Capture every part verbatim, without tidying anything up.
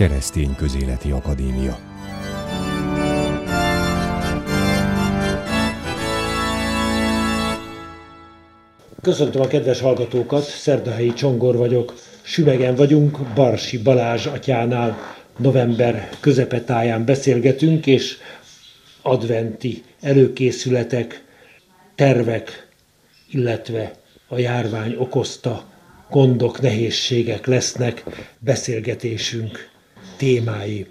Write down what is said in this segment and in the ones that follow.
Keresztény Közéleti Akadémia. Köszöntöm a kedves hallgatókat, Szerdahelyi Csongor vagyok. Sümegen vagyunk, Barsi Balázs atyánál, november közepetáján beszélgetünk, és adventi előkészületek, tervek, illetve a járvány okozta gondok, nehézségek lesznek beszélgetésünk témái.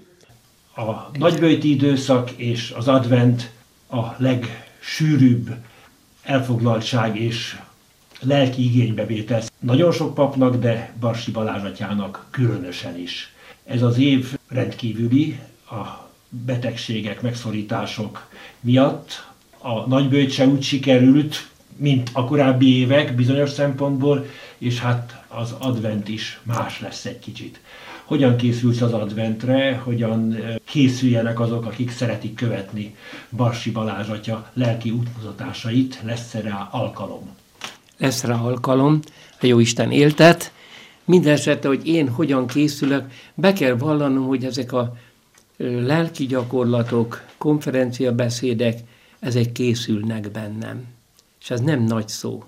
A nagyböjti időszak és az advent a legsűrűbb elfoglaltság és lelki igénybevétel. Nagyon sok papnak, de Barsi Balázs atyának különösen is. Ez az év rendkívüli a betegségek, megszorítások miatt. A nagyböjt se úgy sikerült, mint a korábbi évek bizonyos szempontból, és hát az advent is más lesz egy kicsit. Hogyan készülsz az adventre, hogyan készüljenek azok, akik szeretik követni Barsi Balázs atya lelki útmutatásait, lesz rá alkalom? Lesz rá alkalom, a Jóisten éltet. Mindenesetre, hogy én hogyan készülök, be kell vallanom, hogy ezek a lelki gyakorlatok, konferenciabeszédek, ezek készülnek bennem. És ez nem nagy szó.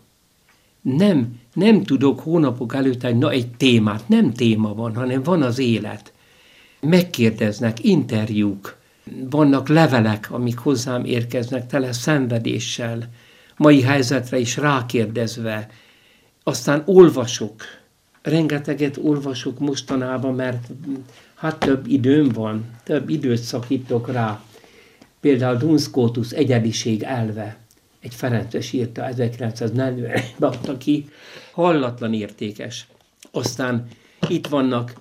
Nem, nem tudok hónapok előtt, hogy na egy témát, nem téma van, hanem van az élet. Megkérdeznek, interjúk, vannak levelek, amik hozzám érkeznek, tele szenvedéssel, mai helyzetre is rákérdezve. Aztán olvasok, rengeteget olvasok mostanában, mert hát több időm van, több időt szakítok rá. Például Duns Scotus Egyediség elve. Egy Ferences írta, ezerkilencszáznegyvenben adta ki, hallatlan értékes. Aztán itt vannak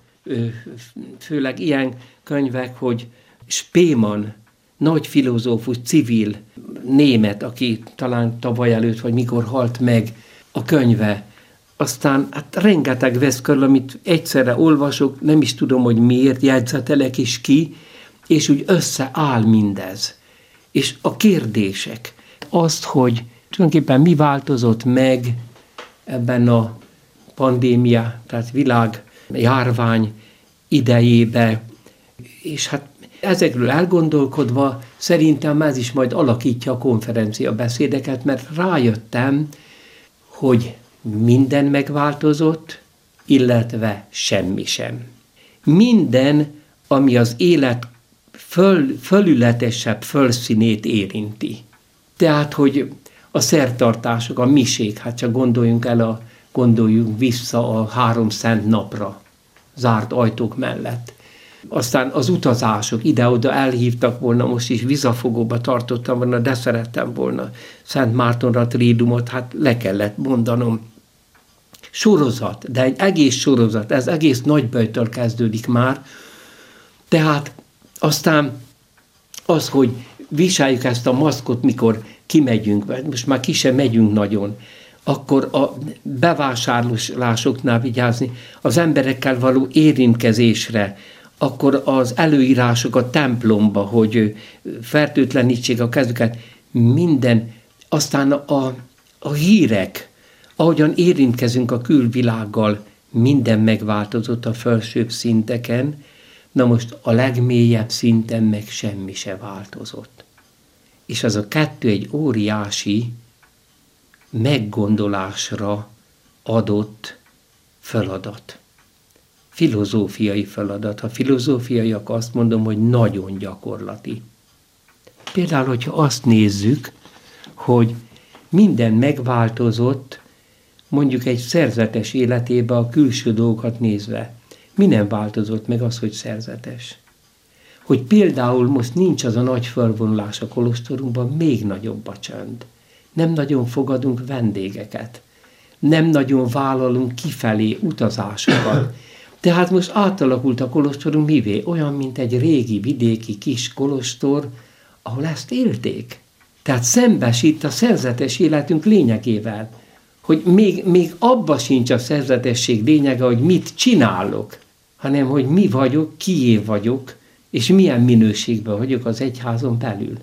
főleg ilyen könyvek, hogy Spéman, nagy filozófus, civil, német, aki talán tavaly előtt, vagy mikor halt meg, a könyve. Aztán hát rengeteg vesz körül, amit egyszerre olvasok, nem is tudom, hogy miért, jegyzetelek is ki, és úgy összeáll mindez. És a kérdések, azt, hogy tulajdonképpen mi változott meg ebben a pandémia, tehát világ járvány idejébe, és hát ezekről elgondolkodva szerintem ez is majd alakítja a konferencia beszédeket, mert rájöttem, hogy minden megváltozott, illetve semmi sem. Minden, ami az élet föl, fölületesebb fölszínét érinti. Tehát, hogy a szertartások, a miség, hát csak gondoljunk el, a, gondoljunk vissza a három szent napra, zárt ajtók mellett. Aztán az utazások, ide-oda elhívtak volna, most is vizafogóba tartottam volna, de szerettem volna Szent Mártonra Triduumot, hát le kellett mondanom. Sorozat, de egy egész sorozat, ez egész nagyböjttől kezdődik már. Tehát aztán az, hogy viseljük ezt a maszkot, mikor kimegyünk, most már ki sem megyünk nagyon, akkor a bevásárlásoknál vigyázni, az emberekkel való érintkezésre, akkor az előírások a templomba, hogy fertőtlenítsék a kezüket, minden, aztán a, a hírek, ahogyan érintkezünk a külvilággal, minden megváltozott a felsőbb szinteken, na most a legmélyebb szinten meg semmi se változott. És az a kettő egy óriási meggondolásra adott feladat. Filozófiai feladat. Ha filozófiaiak, azt mondom, hogy nagyon gyakorlati. Például, hogyha azt nézzük, hogy minden megváltozott, mondjuk egy szerzetes életében a külső dolgokat nézve. Mi nem változott meg az, hogy szerzetes? Hogy például most nincs az a nagy felvonulás a kolostorunkban, még nagyobb a csönd. Nem nagyon fogadunk vendégeket. Nem nagyon vállalunk kifelé utazásokat. Tehát most átalakult a kolostorunk mivé? Olyan, mint egy régi vidéki kis kolostor, ahol ezt élték. Tehát szembesít a szerzetes életünk lényegével. Hogy még, még abba sincs a szerzetesség lényege, hogy mit csinálok, hanem hogy mi vagyok, kié vagyok, és milyen minőségben vagyok az egyházon belül.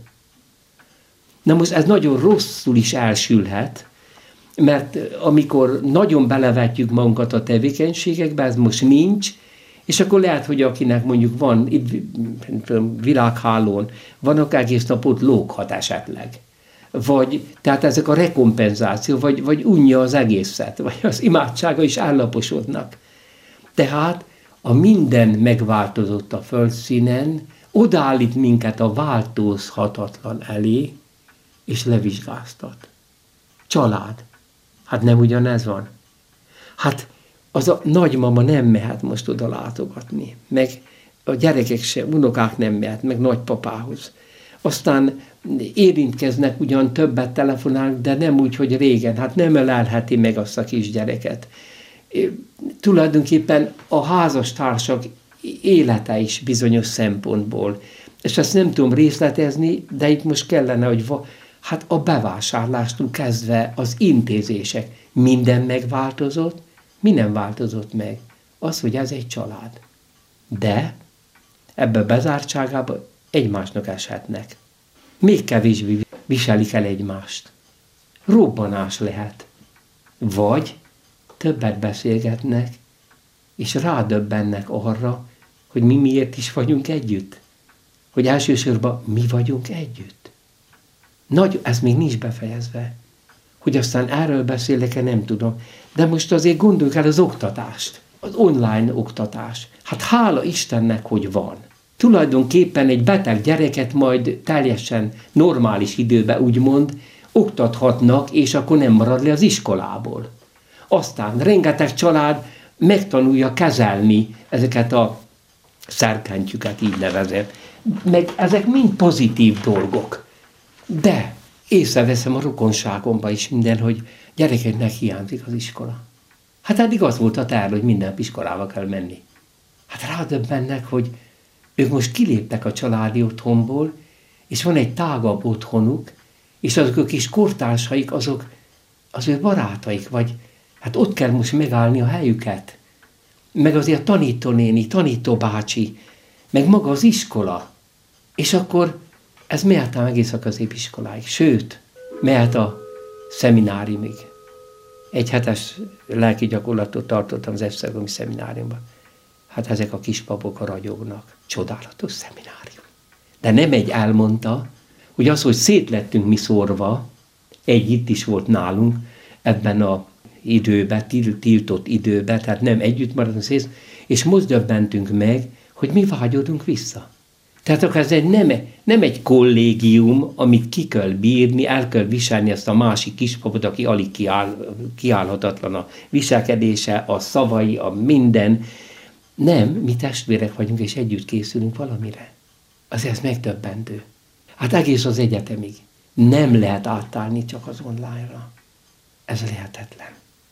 Na most ez nagyon rosszul is elsülhet, mert amikor nagyon belevetjük magunkat a tevékenységekbe, ez most nincs, És akkor lehet, hogy akinek mondjuk van itt világhálón, vannak egész napot lóghat esetleg. Vagy, tehát ezek a rekompenzáció, vagy, vagy unja az egészet, vagy az imádsága is állaposodnak. Tehát a minden megváltozott a földszínen, odaállít minket a változhatatlan elé, és levizsgáztat. Család. Hát nem ugyanez van. Hát az a nagymama nem mehet most oda látogatni, meg a gyerekek se, unokák nem mehet, meg nagypapához. Aztán érintkeznek, ugyan többet telefonálnak, de nem úgy, hogy régen. Hát nem ölelheti meg azt a kisgyereket. Tulajdonképpen a házastársak élete is bizonyos szempontból. És ezt nem tudom részletezni, de itt most kellene, hogy va- hát a bevásárlástól kezdve az intézések. Minden megváltozott, mi nem változott meg? Az, hogy ez egy család. De ebbe a bezártságában egymásnak eshetnek. Még kevésbé viselik el egymást. Robbanás lehet. Vagy többet beszélgetnek, és rádöbbennek arra, hogy mi miért is vagyunk együtt. Hogy elsősorban mi vagyunk együtt. Nagy, ez még nincs befejezve. Hogy aztán erről beszélek-e, nem tudom. De most azért gondoljuk el az oktatást. Az online oktatás. Hát hála Istennek, hogy van. Tulajdonképpen egy beteg gyereket majd teljesen normális időben úgymond oktathatnak, és akkor nem marad le az iskolából. Aztán rengeteg család megtanulja kezelni ezeket a szerkentyüket, így nevezett. Meg ezek mind pozitív dolgok. De észreveszem a rokonságomban is minden, hogy gyerekeknek hiányzik az iskola. Hát eddig az volt a terv, hogy minden iskolába kell menni. Hát rádöbbennek, hogy ők most kiléptek a családi otthonból, és van egy tágabb otthonuk, és azok a kis kortársaik, azok az ő barátaik, vagy hát ott kell most megállni a helyüket. Meg azért a tanítónéni, tanítóbácsi, meg maga az iskola. És akkor ez mehettem egész a középiskoláig. Sőt, mehet a szemináriumig. Egy hetes lelki gyakorlatot tartottam az Esztergomi szemináriumban. Hát ezek a kis papok ragyognak. Csodálatos szeminárium. De nem egy elmondta, hogy az, hogy szétlettünk mi szórva, egy itt is volt nálunk, ebben a időben, tiltott időben, tehát nem együtt maradunk szét, és most döbbentünk meg, hogy mi vágyodunk vissza. Tehát akkor ez egy nem, nem egy kollégium, amit ki kell bírni, el kell viselni ezt a másik kispapot, aki alig kiáll, kiállhatatlan a viselkedése, a szavai, a minden. Nem, mi testvérek vagyunk, és együtt készülünk valamire. Azért ez megdöbbentő. Hát egész az egyetemig. Nem lehet átállni csak az online-ra. Ez lehetetlen.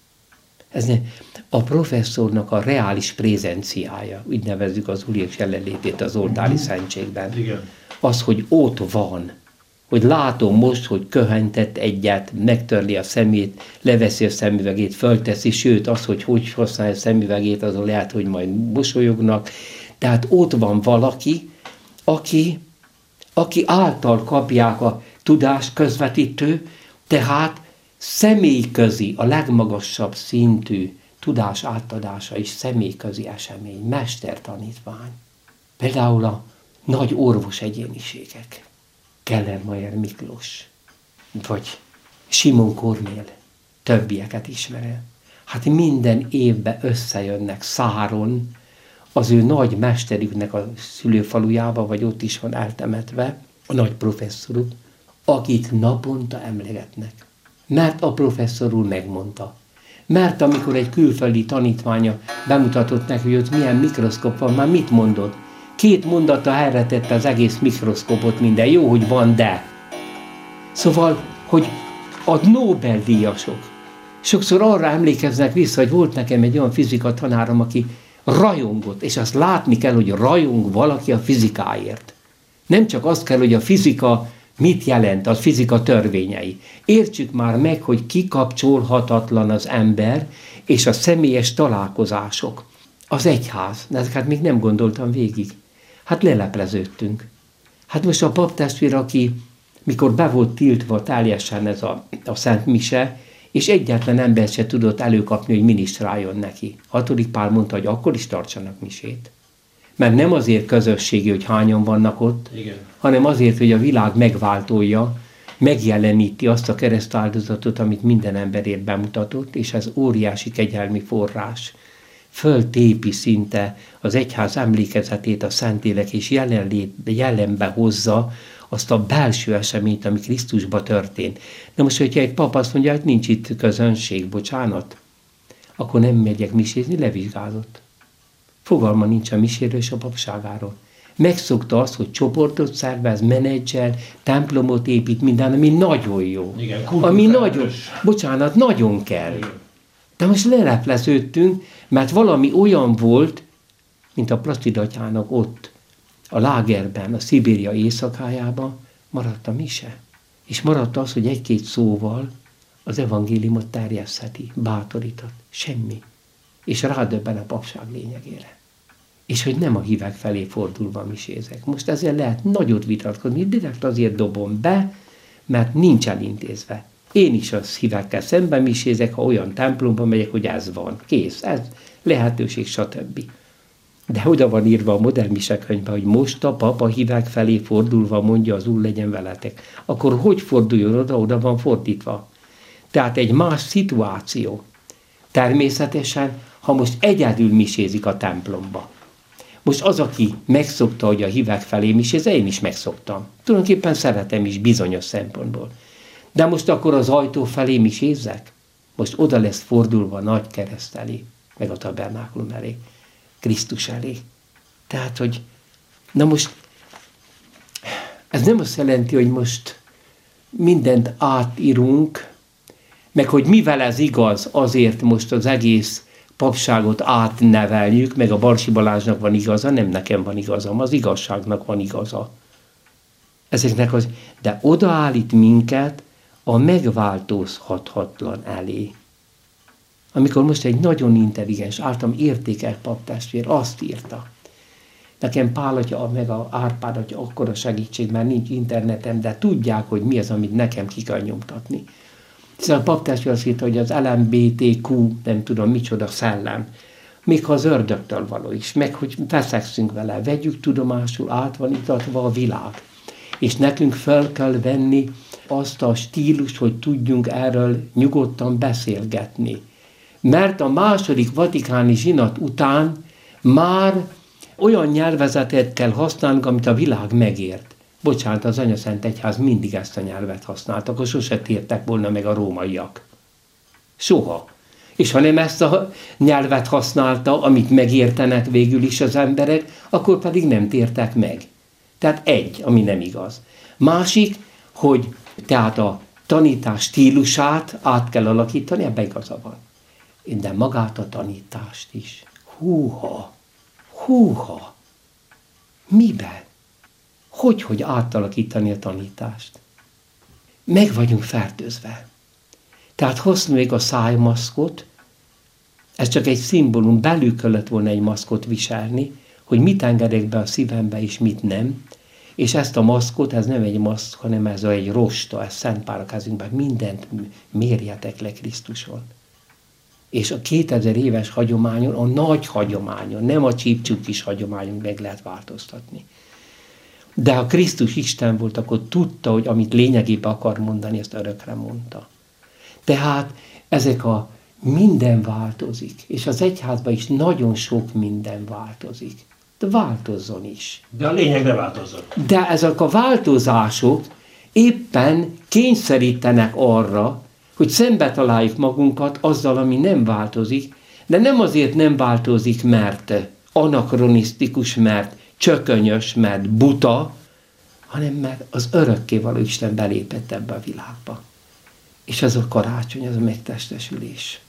Ez ne, a professzornak a reális prezenciája, úgy nevezzük az Úr jelenlétét az oltári szentségben. Igen. Az, hogy ott van, hogy látom most, hogy köhentett egyet, megtörli a szemét, leveszi a szemüvegét, fölteszi, sőt, az, hogy hogy használja a szemüvegét, azon lehet, hogy majd mosolyognak. Tehát ott van valaki, aki, aki által kapják a tudás közvetítő, tehát személyközi, a legmagasabb szintű tudás átadása is személyközi esemény, mestertanítvány. Például a nagy orvos egyéniségek, Kellermayer Miklós, vagy Simon Kornél, többieket ismerem. Hát minden évben összejönnek Száron, az ő nagy mesterüknek a szülőfalujába, vagy ott is van eltemetve, a nagy professzoruk, akit naponta emlegetnek. Mert a professzor úr megmondta. Mert amikor egy külföldi tanítványa bemutatott neki, hogy ott milyen mikroszkop van, már mit mondott? Két mondata helyre tette az egész mikroszkopot, minden. Jó, hogy van, de. Szóval, hogy a Nobel-díjasok sokszor arra emlékeznek vissza, hogy volt nekem egy olyan fizika tanárom, aki rajongott, és azt látni kell, hogy rajong valaki a fizikáért. Nem csak azt kell, hogy a fizika mit jelent, a fizika törvényei. Értsük már meg, hogy kikapcsolhatatlan az ember, és a személyes találkozások. Az egyház, de ezeket még nem gondoltam végig. Hát lelepleződtünk. Hát most a paptestvér, aki mikor be volt tiltva teljesen ez a, a Szent Mise, és egyetlen ember se tudott előkapni, hogy minisztráljon neki. Hatodik Pál mondta, hogy akkor is tartsanak misét. Mert nem azért közösségi, hogy hányan vannak ott, igen, hanem azért, hogy a világ megváltója megjeleníti azt a keresztáldozatot, amit minden emberért bemutatott, és ez óriási kegyelmi forrás. Föltépi szinte az egyház emlékezetét a Szentlélek, és jelenlét, jelenbe hozza azt a belső eseményt, ami Krisztusba történt. De most, hogyha egy pap azt mondja, hogy nincs itt közönség, bocsánat, akkor nem megyek misézni, levizsgázott. Fogalma nincs a miséről és a papságáról. Megszokta azt, hogy csoportot szervez, menedzser, templomot épít, minden, ami nagyon jó. Igen, ami nagyon, bocsánat, nagyon kell. Igen. De most lelepleződtünk, mert valami olyan volt, mint a Placid atyának ott, a lágerben, a Szibéria éjszakájában maradt a mise. És maradt az, hogy egy-két szóval az evangéliumot terjesztheti, bátorított. Semmi. És rádöbben a papság lényegére. És hogy nem a hívek felé fordulva misézek. Most ezzel lehet nagyot vitatkozni, direkt azért dobom be, mert nincs elintézve. Én is az hívekkel szemben misézek, ha olyan templomba megyek, hogy ez van. Kész, ez lehetőség, stb. De oda van írva a modern misekönyvben, hogy most a pap a hívek felé fordulva mondja, az Úr legyen veletek. Akkor hogy forduljon oda, oda van fordítva. Tehát egy más szituáció. Természetesen, ha most egyedül misézik a templomba. Most az, aki megszokta, hogy a hívek felé miséz, én is megszoktam. Tulajdonképpen szeretem is bizonyos szempontból. De most akkor az ajtó felé misézzek? Most oda lesz fordulva a nagy kereszt elé, meg a tabernákulum elé, Krisztus elé. Tehát, hogy na most ez nem azt jelenti, hogy most mindent átírunk, meg hogy mivel ez igaz, azért most az egész papságot átneveljük, meg a Barsi Balázsnak van igaza, nem nekem van igazam, az igazságnak van igaza. Ezeknek az, de odaállít minket a megváltozhatatlan elé. Amikor most egy nagyon intelligens, általam értékelt paptestvér azt írta, nekem Pál atya, meg a Árpád atya akkora segítség, mert nincs internetem, de tudják, hogy mi az, amit nekem ki kell nyomtatni. Hiszen a paptestvér azt írta, hogy az el em bé té kú, nem tudom micsoda szellem, még ha az ördögtől való is, meg hogy veszekszünk vele, vegyük tudomásul, át van itatva a világ. És nekünk fel kell venni azt a stílust, hogy tudjunk erről nyugodtan beszélgetni. Mert a második vatikáni zsinat után már olyan nyelvezetet kell használnunk, amit a világ megért. Bocsánat, az Anyaszent Egyház mindig ezt a nyelvet használtak, akkor sose tértek volna meg a rómaiak. Soha. És ha nem ezt a nyelvet használta, amit megértenek végül is az emberek, akkor pedig nem tértek meg. Tehát egy, ami nem igaz. Másik, hogy tehát a tanítás stílusát át kell alakítani, ebben igaza van. De magát a tanítást is. Húha! Húha! Miben? Hogy, hogy átalakítani a tanítást? Meg vagyunk fertőzve. Tehát használjuk a szájmaszkot, ez csak egy szimbólum, belül kellett volna egy maszkot viselni, hogy mit engedek be a szívembe és mit nem, és ezt a maszkot, ez nem egy maszk, hanem ez egy rosta, ez Szent Pál a kezünkben, mindent mérjetek le Krisztuson. És a kétezer éves hagyományon, a nagy hagyományon, nem a csípcsuk-kis hagyományon meg lehet változtatni. De ha Krisztus Isten volt, akkor tudta, hogy amit lényegében akar mondani, ezt örökre mondta. Tehát ezek a minden változik, és az egyházban is nagyon sok minden változik. De változzon is. De a lényeg ne változzon. De ezek a változások éppen kényszerítenek arra, hogy szembe találjuk magunkat azzal, ami nem változik, de nem azért nem változik, mert anakronisztikus, mert csökönyös, mert buta, hanem mert az örökkévaló Isten belépett ebbe a világba. És ez a karácsony, ez a megtestesülés.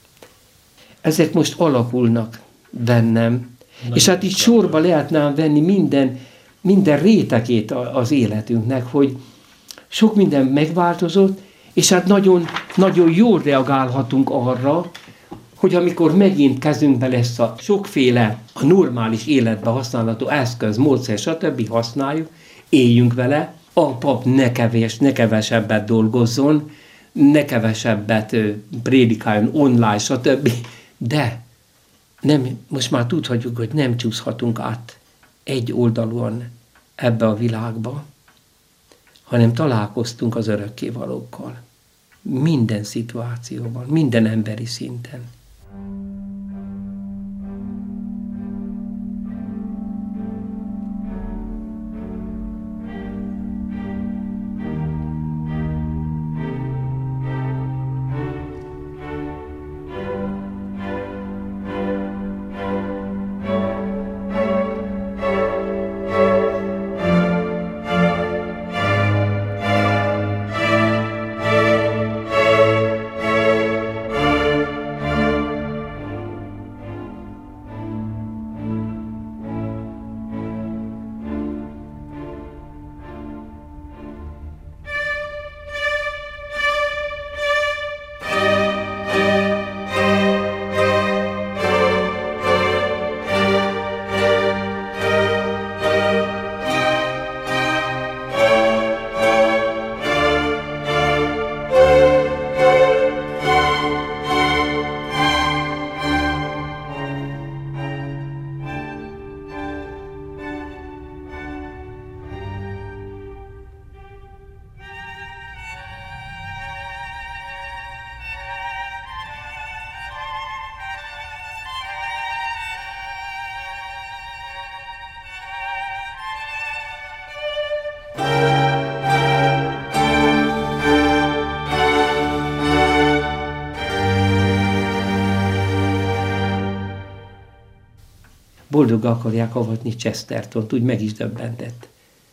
Ezek most alakulnak bennem, Na, és hát itt sorba lehetnám venni minden, minden rétegét az életünknek, hogy sok minden megváltozott, és hát nagyon, nagyon jól reagálhatunk arra, hogy amikor megint kezünkbe lesz a sokféle a normális életben használható eszköz, módszer, stb. Használjuk, éljünk vele, a pap ne kevés, ne kevesebbet dolgozzon, ne kevesebbet prédikáljon online, stb. De nem, most már tudhatjuk, hogy nem csúszhatunk át egy oldalúan ebbe a világba, hanem találkoztunk az örökkévalókkal. Minden szituációban, minden emberi szinten. Boldoggal akarják avatni Chestertont, úgy meg is döbbentett.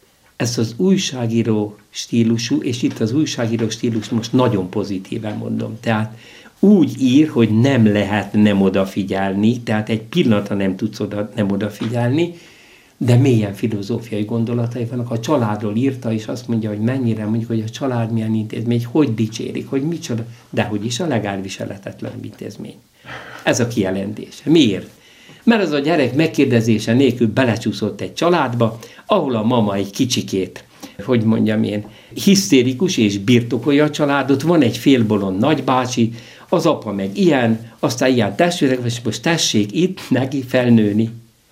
Ez az újságíró stílusú, és itt az újságíró stílus most nagyon pozitíven mondom, tehát úgy ír, hogy nem lehet nem odafigyelni, tehát egy pillanatra nem tudsz oda, nem odafigyelni, de mélyen filozófiai gondolatai vannak. A családról írta, és azt mondja, hogy mennyire, mondjuk, hogy a család milyen intézmény, hogy dicsérik, hogy micsoda, de hogy is a legálviselhetetlen intézmény. Ez a kijelentése. Miért? Mert az a gyerek megkérdezése nélkül belecsúszott egy családba, ahol a mama egy kicsikét, hogy mondjam én, hisztérikus és birtokolja a családot, van egy félbolond nagybácsi, az apa meg ilyen, aztán ilyen testvérek, és most tessék itt neki felnőni.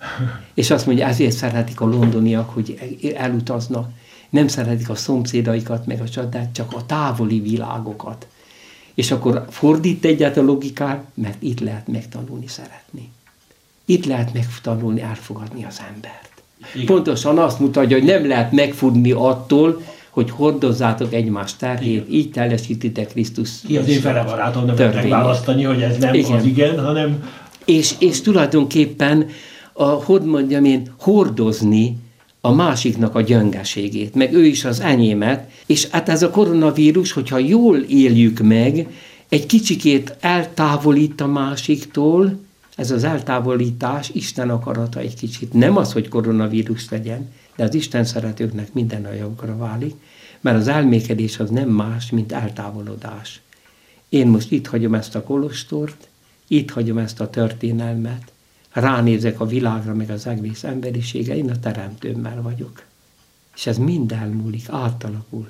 És azt mondja, ezért szeretik a londoniak, hogy elutaznak. Nem szeretik a szomszédaikat, meg a családát, csak a távoli világokat. És akkor fordít egyet a logikát, mert itt lehet megtanulni szeretni. Itt lehet megtanulni elfogadni az embert. Igen. Pontosan azt mutatja, hogy nem lehet megfudni attól, hogy hordozzátok egymás terhét, igen. Így teljesítitek Krisztus. Ki az én fele barátom, nem lehet megválasztani, hogy ez nem igen. Az igen, hanem... És, és tulajdonképpen, a, hogy mondjam én, hordozni a másiknak a gyöngeségét, meg ő is az enyémet, és hát ez a koronavírus, hogyha jól éljük meg, egy kicsikét eltávolít a másiktól. Ez az eltávolítás Isten akarata egy kicsit. Nem az, hogy koronavírus legyen, de az Isten szeretőknek minden a javukra válik, mert az elmékedés az nem más, mint eltávolodás. Én most itt hagyom ezt a kolostort, itt hagyom ezt a történelmet, ránézek a világra, meg az egész emberisége, én a teremtőmmel vagyok. És ez mind elmúlik, átalakul.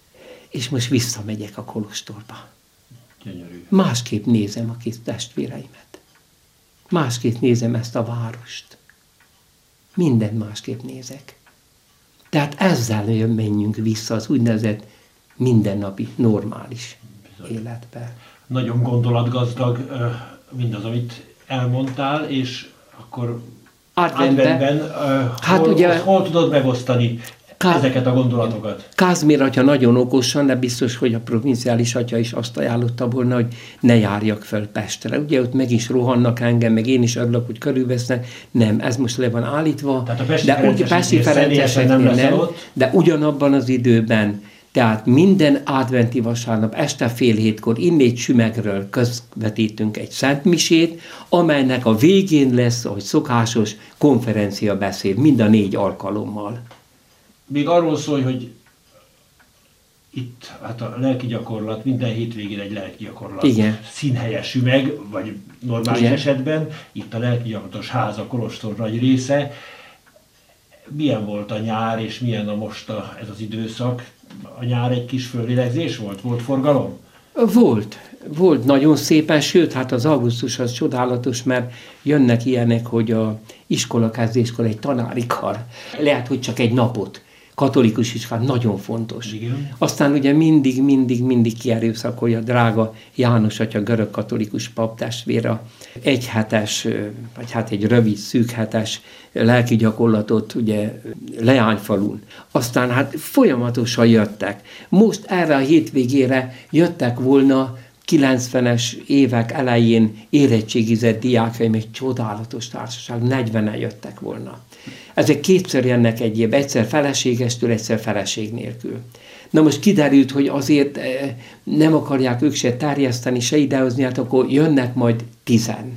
És most visszamegyek a kolostorba. Gyönyörű. Másképp nézem a kis testvéreimet. Másképp nézem ezt a várost. Minden másképp nézek. Tehát ezzel jön menjünk vissza az úgynevezett mindennapi, normális bizony. Életbe. Nagyon gondolatgazdag mindaz, amit elmondtál, és akkor Adventben uh, hát hol, ugye, hol tudod megosztani Ká... ezeket a gondolatokat? Kázmér atya nagyon okosan, de biztos, hogy a provinciális atya is azt ajánlotta volna, hogy ne járjak föl Pestre. Ugye ott meg is rohannak engem, meg én is örülök, hogy körülvesznek. Nem, ez most le van állítva. Tehát a Pesti de úgy Pesti Ferenceseknél nem, nem de ugyanabban az időben, tehát minden adventi vasárnap este fél hétkor innét Sümegről közvetítünk egy szentmisét, amelynek a végén lesz, ahogy szokásos, konferencia beszéd, mind a négy alkalommal. Még arról szól, hogy itt hát a lelki gyakorlat, minden hétvégén egy lelki gyakorlat. Igen. Színhelyes Sümeg, vagy normális igen. esetben, itt a lelki gyakorlatos ház, a kolostor nagy része. Milyen volt a nyár, és milyen a most a, ez az időszak? A nyár egy kis föllélegzés volt? Volt forgalom? Volt. Volt nagyon szépen, sőt, hát az augusztus az csodálatos, mert jönnek ilyenek, hogy a iskolakezdéskor egy tanári kar. Lehet, hogy csak egy napot. Katolikus is, hát nagyon fontos. Igen. Aztán ugye mindig, mindig, mindig kierőszakolja drága János atya görög-katolikus paptestvére egy hetes, vagy hát egy rövid, szűk hetes lelki gyakorlatot ugye Leányfalun. Aztán hát folyamatosan jöttek. Most erre a hétvégére jöttek volna kilencvenes évek elején érettségizett diákjaim, egy csodálatos társaság, negyvenen jöttek volna. Ezek kétszer jönnek egy év, egyszer feleségestől, egyszer feleség nélkül. Na most kiderült, hogy azért nem akarják ők se terjeszteni, se idehozni, hát akkor jönnek majd tizen.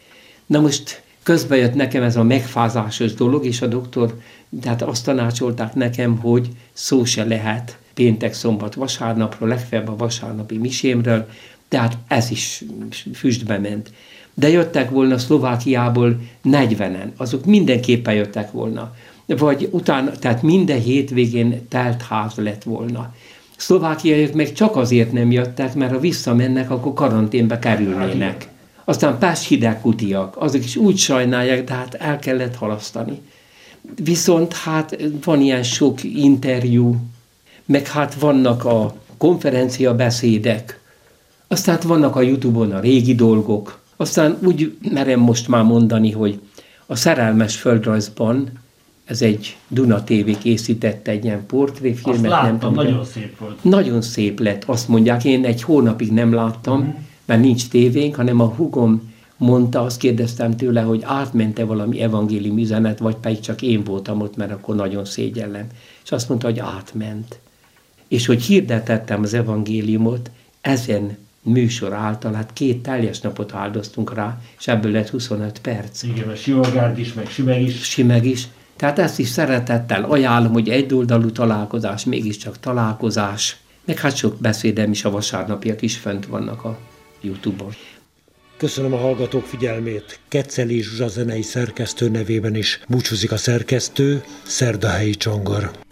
Na most közben jött nekem ez a megfázásos dolog, és a doktor, tehát azt tanácsolták nekem, hogy szó se lehet péntek, szombat, vasárnapról, legfeljebb a vasárnapi misémről, tehát ez is füstbe ment. De jöttek volna Szlovákiából negyvenen, azok mindenképpen jöttek volna. Vagy utána, tehát minden hétvégén telt ház lett volna. Szlovákiaiak meg csak azért nem jöttek, mert ha visszamennek, akkor karanténba kerülnének. Aztán Pest hidegkutiak, azok is úgy sajnálják, de hát el kellett halasztani. Viszont hát van ilyen sok interjú, meg hát vannak a konferencia beszédek, aztán vannak a YouTube-on a régi dolgok, aztán úgy merem most már mondani, hogy a Szerelmes földrajzban, ez egy Duna té vé készítette egy ilyen portréfilmet. Azt láttam, nem tudom, nagyon szép volt. Nagyon szép lett, azt mondják, én egy hónapig nem láttam, mm. mert nincs tévénk, hanem a hugom mondta, azt kérdeztem tőle, hogy átmente valami evangélium üzenet, vagy pedig csak én voltam ott, mert akkor nagyon szégyellem. És azt mondta, hogy átment. És hogy hirdetettem az evangéliumot, ezen műsor által, hát két teljes napot áldoztunk rá, és ebből lett huszonöt perc. Igen, a Simagárd is, meg Simeg is. Simeg is. Tehát ezt is szeretettel ajánlom, hogy egyoldalú találkozás, mégiscsak találkozás. Meg hát sok beszédem is, a vasárnapiak is fönt vannak a YouTube-on. Köszönöm a hallgatók figyelmét. Keceli Zsuzsa zenei szerkesztő nevében is búcsúzik a szerkesztő, Szerdahelyi Csongor.